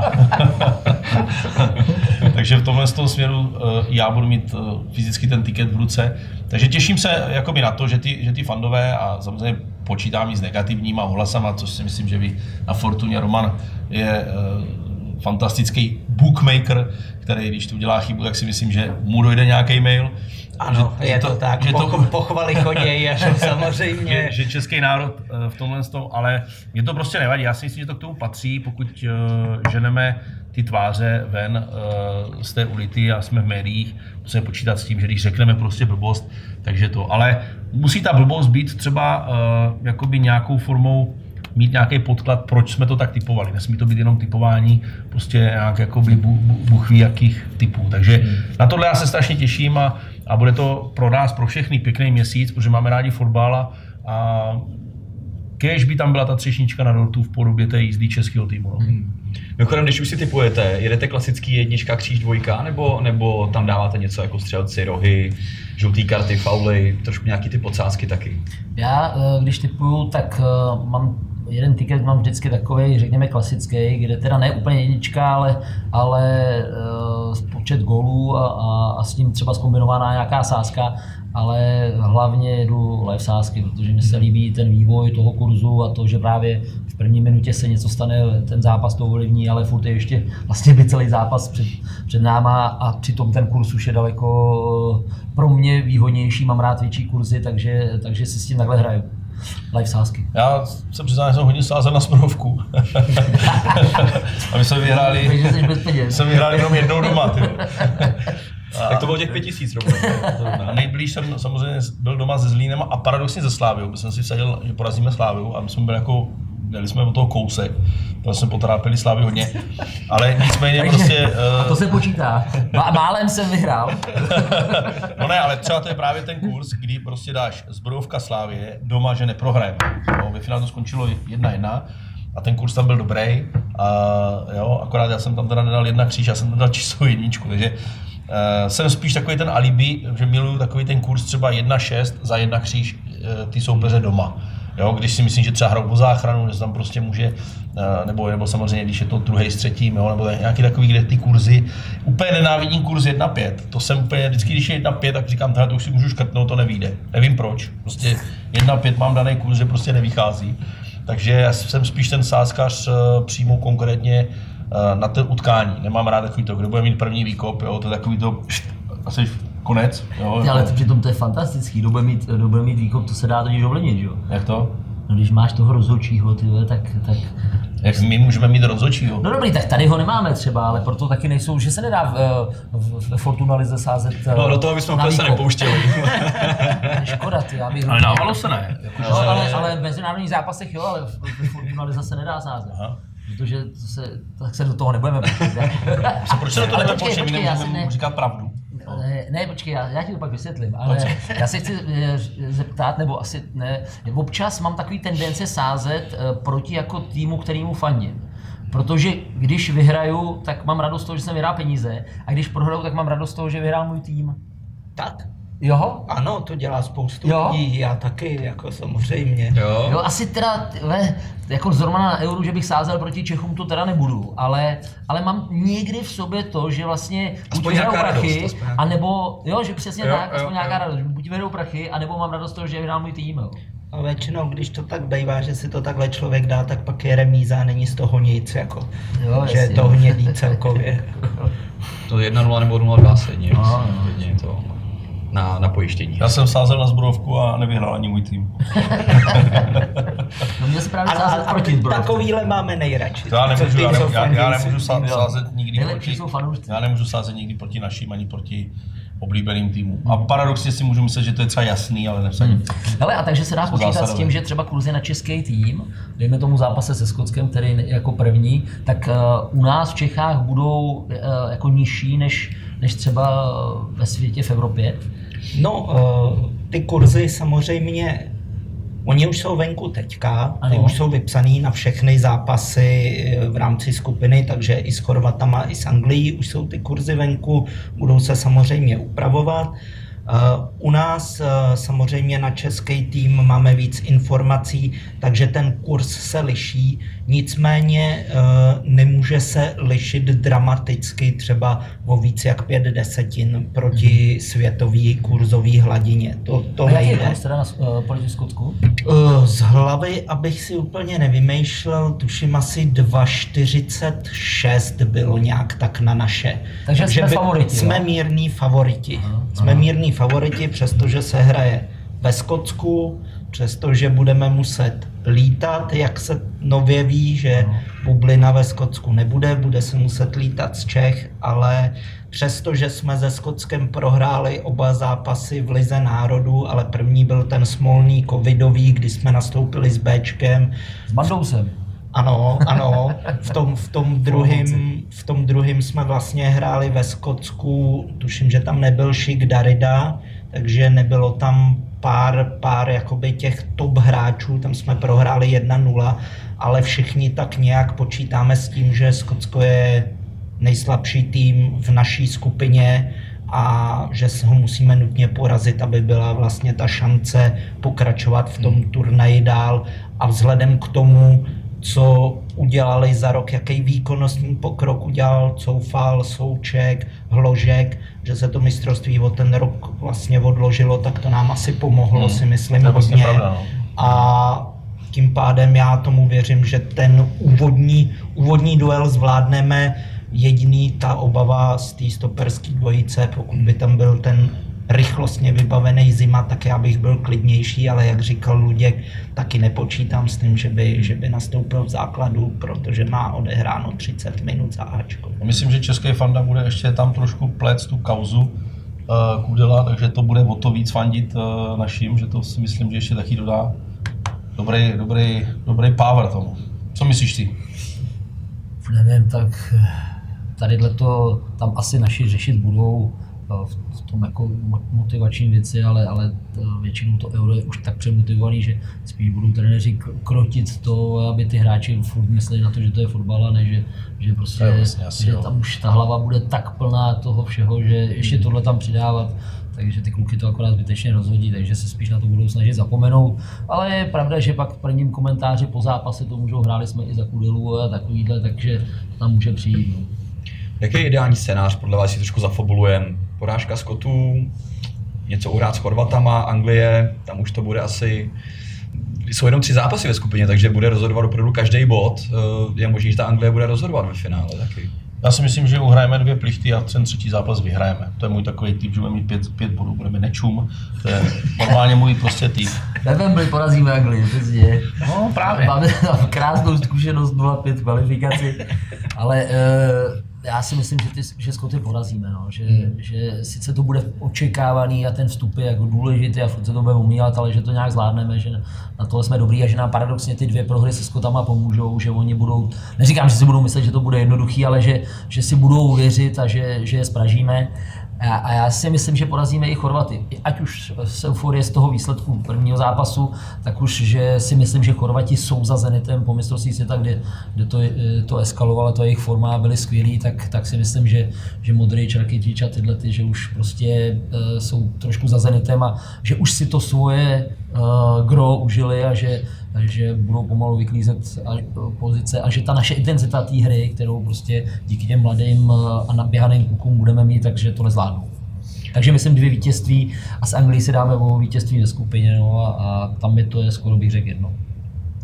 takže v tomhle z toho směru uh, já budu mít uh, fyzicky ten tiket v ruce. Takže těším se jakoby na to, že ty, že ty fandové a samozřejmě počítám i s negativníma ohlasama, což si myslím, že vy na Fortuně Roman je uh, fantastický bookmaker, který když tu dělá chybu, tak si myslím, že mu dojde nějaký mail. Ano, že, je to, to tak, že to, pochvaly chodějí, až samozřejmě. Že, že český národ uh, v tomhle tom, ale mě to prostě nevadí, já si myslím, že to k tomu patří, pokud uh, ženeme ty tváře ven uh, z té ulity a jsme v médiích, musíme počítat s tím, že když řekneme prostě blbost, takže to, ale musí ta blbost být třeba uh, jakoby nějakou formou mít nějaký podklad, proč jsme to tak typovali. Nesmí to být jenom typování prostě nějak jakoby bu, bu, bůh ví jakých typů. Takže hmm. na tohle já se strašně těším a, a bude to pro nás, pro všechny pěkný měsíc, protože máme rádi fotbal a, a kéž by tam byla ta třešnička na dortu v podobě té jízdy českého týmu. No. Hmm. Mimochodem, když už si typujete, jedete klasický jednička, kříž, dvojka, nebo, nebo tam dáváte něco jako střelci, rohy, žlutý karty, fauly, trošku nějaký ty podsázky taky? Já, když typuju, tak mám jeden tiket mám vždycky takový, řekněme klasický, kde teda ne úplně jednička, ale, ale uh, počet gólů a, a, a s ním třeba zkombinovaná nějaká sázka, ale hlavně jedu live sázky, protože mi se líbí ten vývoj toho kurzu a to, že právě v první minutě se něco stane, ten zápas to ovlivní, ale furt je ještě vlastně by celý zápas před, před náma a přitom ten kurz už je daleko pro mě výhodnější, mám rád větší kurzy, takže, takže si s tím takhle hraju. Live sázky. Já se přiznám, že jsem hodně sázel na Smorovku. A my jsme vyhráli, jsme vyhráli jenom jednou doma. Ty. A tak to bylo těch pět tisíc rovnou. A nejblíž jsem samozřejmě byl doma se Zlínem a paradoxně se Sláviou, protože jsem si vsadil, že porazíme Sláviu a my jsme byli jako, dali jsme od toho kousek, protože jsme potrápili Slávy hodně, ale nicméně takže, prostě... A to se počítá. Málem jsem vyhrál. No ne, ale třeba to je právě ten kurz, kdy prostě dáš Zbrojovka Slávie doma, že neprohrajeme. No, ve finále to skončilo jedna jedna a ten kurz tam byl dobrý, a jo, akorát já jsem tam teda nedal jedna kříž, já jsem tam dal číslo jedničku, takže Uh, jsem spíš takový ten alibi, že miluju takový ten kurz třeba jedna šest za jedna kříž uh, ty soupeře doma. Jo, když si myslím, že třeba hrajou o záchranu, že tam prostě může, uh, nebo, nebo samozřejmě, když je to druhý s třetím, jo, nebo nějaký takový, kde ty kurzy, úplně nenávidím kurz jedna pět. To jsem úplně, vždycky, když je jedna pět, tak říkám, tohle to už si můžu škrtnout, to nevyjde. Nevím proč, prostě jedna pět mám daný kurz, že prostě nevychází. Takže já jsem spíš ten sázkař uh, přímo konkrétně na to utkání. Nemám rád takový to, kdo bude mít první výkop, jo, to je takový to, asi konec. Jo, ale to, přitom to je fantastický, kdo bude mít, kdo bude mít výkop, to se dá totiž ovlivnit, jo. Jak to? No když máš toho rozhodčího, tyhle, tak, tak... Jak my můžeme mít rozhodčího? No dobrý, tak tady ho nemáme třeba, ale proto taky nejsou, že se nedá v, v, v Fortuna lize sázet. No do toho bychom úplně se nepouštěli. Škoda, ty, já bych... Ale návalo se ne. Jako, no, ale, ale v mezinárodních zápasech jo, ale v Fortuna lize se nedá sázet. Aha. Protože to se, tak se do toho nebudeme pouštět. Proč se do toho nebudeme pouštět, my nemůžeme říkat pravdu? Ne, ne, počkej, já, já ti to pak vysvětlím, ale já se chci zeptat, nebo asi ne, občas mám takový tendence sázet proti jako týmu, kterýmu fandím. Protože když vyhraju, tak mám radost z toho, že jsem vyhrál peníze, a když prohraju, tak mám radost z toho, že vyhrál můj tým. Tak? Jo? Ano, to dělá spoustu jo? lidí, já taky, jako samozřejmě. Jo, jo asi teda, tyhle, jako zrovna na euru, že bych sázel proti Čechům, to teda nebudu, ale, ale mám někdy v sobě to, že vlastně buď vyhraju prachy, radost, anebo, jo, že přesně jo, tak, aspoň jo, nějaká jo. radost, buď vyhraju prachy, anebo mám radost z toho, že vyhrál můj tým. Jo. A většinou, když to tak bývá, že si to takhle člověk dá, tak pak je remíza, není z toho nic, jako, jo, že je to hnědý celkově. To jedna nula nebo nula dva se jedně, no, jedně to. na, na pojištění. Já jsem sázel na Zbrojovku a nevyhrál ani můj tým. No mě se právě A, sázet a, proti a Zbrojovce. takovýhle máme nejradši. To já nemůžu, já, Co ne, já, já nemůžu sá, Jo. sázet nikdy Nejlepší proti, jsou fanoušci. já nemůžu sázet nikdy proti našim ani proti oblíbeným týmům. A paradoxně si můžu myslet, že to je třeba jasný, ale nevsadím. Hele, a takže se dá Jsou počítat zásadové. s tím, že třeba kurzy na český tým, dejme tomu zápase se Skotskem, který jako první, tak uh, u nás v Čechách budou uh, jako nižší než, než třeba ve světě, v Evropě? No, uh, ty kurzy samozřejmě, oni už jsou venku teďka, ty Ano. už jsou vypsaný na všechny zápasy v rámci skupiny, takže i s Chorvatama, i s Anglií už jsou ty kurzy venku, budou se samozřejmě upravovat. Uh, u nás uh, samozřejmě na český tým máme víc informací, takže ten kurz se liší, nicméně uh, nemůže se lišit dramaticky třeba o víc jak pět desetin proti světové kurzové hladině. To, to A jaký je nejde. kurz teda na, uh, proti Skotsku? Uh, z hlavy, abych si úplně nevymýšlel, tuším asi dva čtyřicet šest bylo nějak tak na naše. Takže jsme favoriti, Jsme jo? mírní favoriti. Aha, Jsme aha. mírní favoriti, přestože se hraje ve Skotsku, přestože budeme muset lítat, jak se nově ví, že bublina ve Skotsku nebude, bude se muset lítat z Čech, ale přestože jsme se Skotskem prohráli oba zápasy v Lize národů, ale první byl ten smolný covidový, kdy jsme nastoupili s Béčkem. S Bandousem. Ano, ano, v tom, v tom druhým, v tom druhým jsme vlastně hráli ve Skotsku, tuším, že tam nebyl Šik Darida, takže nebylo tam pár, pár jakoby těch top hráčů, tam jsme prohráli jedna nula, ale všichni tak nějak počítáme s tím, že Skotsko je nejslabší tým v naší skupině a že ho musíme nutně porazit, aby byla vlastně ta šance pokračovat v tom turnaji dál a vzhledem k tomu, co udělali za rok, jaký výkonnostní pokrok udělal Coufal, Souček, Hložek, že se to mistrovství o ten rok vlastně odložilo, tak to nám asi pomohlo, hmm. si myslím, To je vlastně hodně. pravda, no. A tím pádem já tomu věřím, že ten úvodní, úvodní duel zvládneme. Jediný ta obava z té stoperské dvojice, pokud by tam byl ten rychlostně vybavený Zima, tak já bych byl klidnější, ale jak říkal Luděk, taky nepočítám s tím, že by, že by nastoupil v základu, protože má odehráno třicet minut za Ačko. Myslím, že český fanda bude ještě tam trošku plést tu kauzu uh, Kudela, takže to bude o to víc fandit uh, našim, že to si myslím, že ještě taky dodá dobrý, dobrý, dobrý power tomu. Co myslíš ty? Nevím, tak tadyhle to tam asi naši řešit budou v tom jako motivační věci, ale, ale většinou to euro je už tak přemotivovaný, že spíš budou trenéři krotit to, aby ty hráči furt mysleli na to, že to je fotbal, a ne že, že prostě, je vlastně asi, že jo. tam už ta hlava bude tak plná toho všeho, že ještě tohle tam přidávat, takže ty kluky to akorát zbytečně rozhodí, takže se spíš na to budou snažit zapomenout. Ale je pravda, že pak v prvním komentáři po zápase to můžou, hráli jsme i za Kudelu a takovýhle, takže tam může přijít. No. Jaký je ideální scénář, podle vás si trošku zafabulujem? Porážka Skotů, něco uhrát s Chorvatama, Anglie, tam už to bude asi... Jsou jenom tři zápasy ve skupině, takže bude rozhodovat opravdu každý bod. Je možné, že ta Anglie bude rozhodovat ve finále taky. Já si myslím, že uhrajeme dvě plichty a ten třetí zápas vyhrajeme. To je můj takový typ, že budeme mít pět, pět bodů, budeme nečum. To je normálně můj prostě typ. Ve Wembley porazíme Anglii, to se děje. No právě. Máme tam krásnou zkušenost nula pět kvalifikaci, ale uh, já si myslím, že, ty, že Skoty porazíme, no. že, hmm. že sice to bude očekávaný a ten vstup je jako důležitý a furt se to bude umílat, ale že to nějak zvládneme, že na tohle jsme dobrý a že nám paradoxně ty dvě prohry se Skotama pomůžou, že oni budou, neříkám, že si budou myslet, že to bude jednoduchý, ale že, že si budou věřit a že, že je spražíme. A, a já si myslím, že porazíme i Chorvaty. Ať už z euforie z toho výsledku prvního zápasu, tak už, že si myslím, že Chorvati jsou za Zenitem po mistrovství světa, kde, kde to, to eskalovalo, to jejich forma byly skvělý, tak, tak si myslím, že, že Modrič, Rakitic a tyhle, ty, že už prostě uh, jsou trošku za Zenitem a že už si to svoje uh, gro užili a že, že budou pomalu vyklízet pozice a že ta naše intenzita té hry, kterou prostě díky těm mladým a naběhaným klukům budeme mít, takže to nezvládnou. Takže myslím dvě vítězství a s Anglií si dáme o vítězství ve skupině, no, a, a tam je to je skoro bych řekl jedno.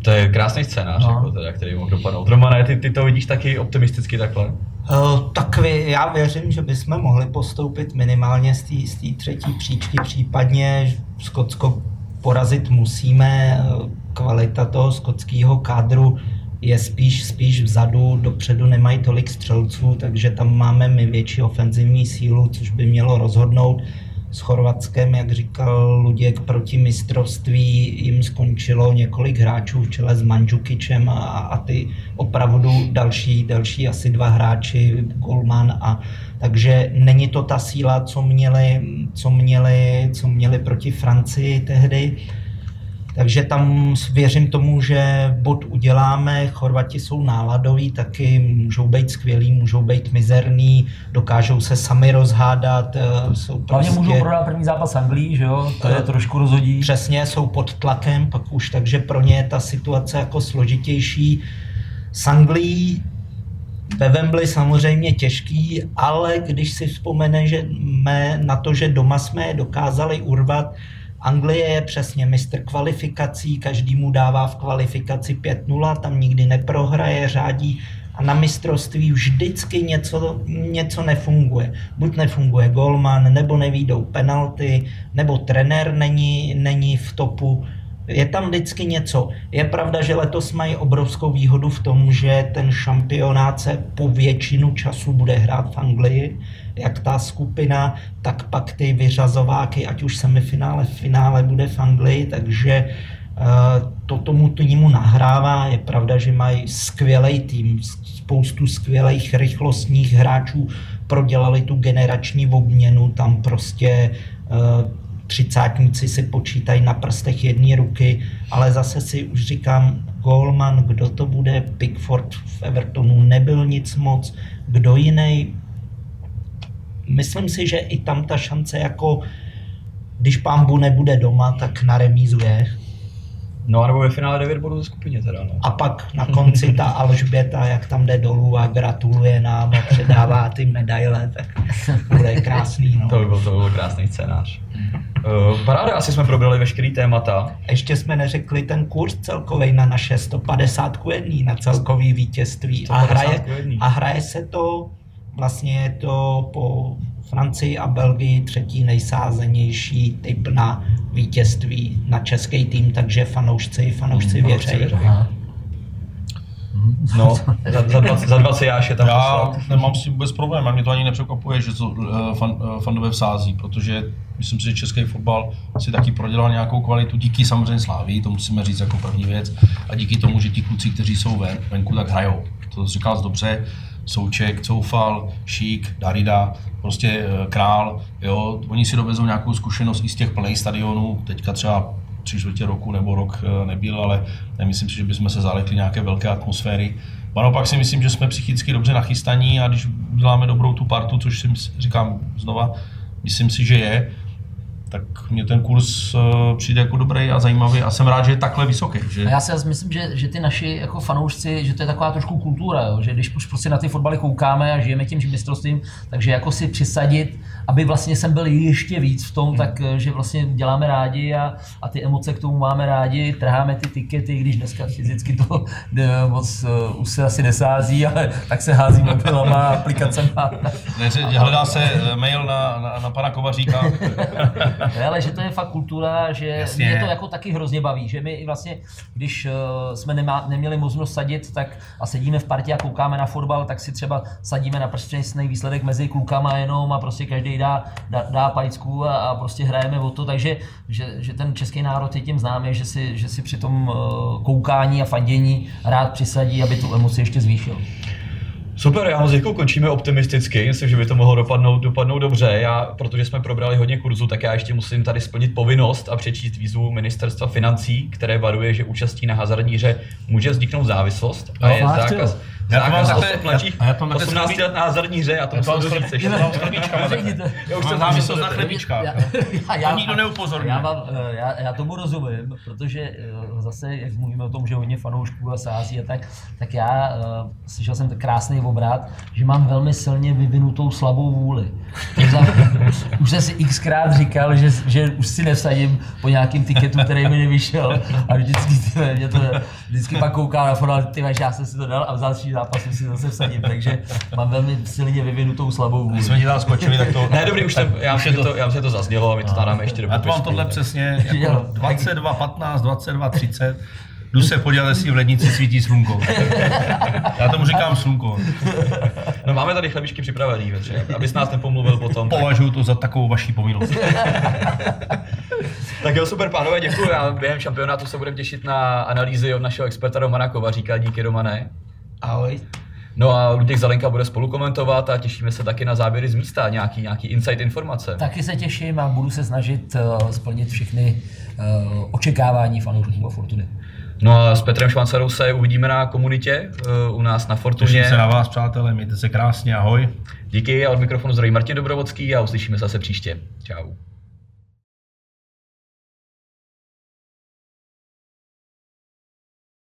To je krásný scénář, no. jako teda, který mohl dopadnout. Romane, ty, ty to vidíš taky optimisticky takhle? Uh, tak vy, já věřím, že bychom mohli postoupit minimálně z té třetí příčky, případně Skotsko porazit musíme. Kvalita toho skotského kádru je spíš, spíš vzadu, dopředu nemají tolik střelců, takže tam máme my větší ofenzivní sílu, což by mělo rozhodnout. S Chorvatskem, jak říkal Luděk, proti mistrovství jim skončilo několik hráčů v čele s Mandžukičem a, a ty opravdu další, další asi dva hráči, Golman, a takže není to ta síla, co měli, co měli, co měli proti Francii tehdy. Takže tam věřím tomu, že bod uděláme. Chorvati jsou náladoví, taky můžou být skvělí, můžou být mizerní, dokážou se sami rozhádat. Jsou Hlavně prostě, můžou prodat první zápas Anglii, že jo? To je trošku rozhodí. Přesně, jsou pod tlakem, pak už, takže pro ně je ta situace jako složitější. S Anglií ve Wembley samozřejmě těžký, ale když si vzpomeneme na to, že doma jsme je dokázali urvat, Anglie je přesně mistr kvalifikací, každý mu dává v kvalifikaci pět nula, tam nikdy neprohraje, řádí a na mistrovství vždycky něco, něco nefunguje. Buď nefunguje golman, nebo nevyjdou penalty, nebo trenér není, není v topu. Je tam vždycky něco. Je pravda, že letos mají obrovskou výhodu v tom, že ten šampionát se po většinu času bude hrát v Anglii, jak ta skupina, tak pak ty vyřazováky, ať už semifinále, finále bude v Anglii, takže to tomu týmu nahrává. Je pravda, že mají skvělý tým, spoustu skvělých rychlostních hráčů, prodělali tu generační obměnu, tam prostě třicátníci si počítají na prstech jedné ruky, ale zase si už říkám, Golman, kdo to bude, Pickford v Evertonu nebyl nic moc, kdo jiný. Myslím si, že i tam ta šance, jako když Pambu nebude doma, tak na remízu je. No a nebo ve finále devět bodů ze skupině teda, no. A pak na konci ta Alžběta, jak tam jde dolů a gratuluje nám a předává ty medaile, tak bude krásný, no. To by byl, to by byl krásný scénář. Uh, paráda, asi jsme probrali veškerý témata. Ještě jsme neřekli ten kurz celkovej na naše sto padesát ku jedné na celkový vítězství. A hraje, a hraje se to, vlastně je to po Francii a Belgii třetí nejsázenější typ na vítězství na český tým, takže fanoušci, fanoušci hmm, věřejí. No, za, za, dvacet, za dvacet jáš je tam Já poslat. nemám s tím vůbec problém, a mě to ani nepřekvapuje, že to uh, fan, uh, fandové vsází, protože myslím si, že český fotbal si taky prodělal nějakou kvalitu, díky samozřejmě Slávii, to musíme říct jako první věc, a díky tomu, že ti kluci, kteří jsou ven, venku, tak hrajou. To říkal dobře, Souček, Coufal, Šík, Darida, prostě uh, Král, jo, oni si dovezou nějakou zkušenost i z těch plných stadionů, teďka třeba tři čtvrtě roku nebo rok nebyl, ale nemyslím si, že bychom se zalekli nějaké velké atmosféry. A naopak si myslím, že jsme psychicky dobře nachystaní a když uděláme dobrou tu partu, což si říkám znova, myslím si, že je, tak mně ten kurz přijde jako dobrý a zajímavý a jsem rád, že je takhle vysoký. Že... A já si myslím, že, že ty naši jako fanoušci, že to je taková trošku kultura, jo? Že když už prostě na ty fotbaly koukáme a žijeme tím mistrovstvím, takže jako si přisadit, aby vlastně jsem byl ještě víc v tom, hmm. tak že vlastně děláme rádi a, a ty emoce k tomu máme rádi, trháme ty tikety, když dneska fyzicky to moc uh, už se asi nesází, ale tak se hází mobilama, aplikacema. Hledá se mail na, na, na pana Kovaříka. Ne, ale že to je fakt kultura, že Jasně. mě to jako taky hrozně baví, že my vlastně, když uh, jsme nemá, neměli možnost sadit, tak a sedíme v partě a koukáme na fotbal, tak si třeba sadíme na přesný výsledek mezi klukama jenom a prostě každý dá, dá, dá pajcku a, a prostě hrajeme o to, takže že, že ten český národ je tím známý, že si, že si při tom uh, koukání a fandění rád přisadí, aby tu emoci ještě zvýšil. Super, já moc děkuju, končíme optimisticky, myslím, že by to mohlo dopadnout, dopadnout dobře. Já, protože jsme probrali hodně kurzů, tak já ještě musím tady splnit povinnost a přečíst výzvu Ministerstva financí, které varuje, že účastí na hazardní hře může vzniknout závislost a je zákaz, Já to mám takhle, mladších, já, já to mám takhle osmnáct let na hazardní hře, a to musím doříct ještě. Já to mám s chlebíčkama. Já už jsem závislost na chlebíčkách. To nikdo neupozorňuje. Já, mám, já, já tomu rozumím, protože zase, jak mluvíme o tom, že hodně fanoušků a sází a tak, tak já uh, slyšel jsem krásný obrat, že mám velmi silně vyvinutou slabou vůli. Už jsem si xkrát říkal, že, že už si nesadím po nějakým tiketu, který mi nevyšel, a vždycky, mě to, vždycky pak koukám na fotbal, ty já jsem si to dal a v další zápasu si zase vsadím, takže mám velmi silně vyvinutou slabou vůli. Když jsme ti tam skočili, tak to... Ne, dobrý, už jsem, já myslím, že to, já myslím, že to zaznělo a my to dáme ještě do popisku. Já to mám tohle přesně, jako dvacet dva patnáct, dvacet dva třicet, jdu se podívat, jestli v lednici svítí slunko. Já tomu říkám slunko. No máme tady chlebíčky připravený, Petře, abys nás nepomluvil potom. Považuji to za takovou vaší povinnost. Tak jo, super pánové, děkuji. A během šampionátu se budeme těšit na analýzy od našeho experta Romana Kovaříka. Díky, Romane. Ahoj. No a Luděk Zelenka bude spolu komentovat a těšíme se taky na záběry z místa, nějaký, nějaký insight informace. Taky se těším a budu se snažit uh, splnit všechny uh, očekávání fanoušků Fortuny. No a s Petrem Švancarou se uvidíme na komunitě uh, u nás na Fortuně. Těším se na vás, přátelé, mějte se krásně, ahoj. Díky a od mikrofonu zdraví Martin Dobrovodský a uslyšíme se zase příště. Čau.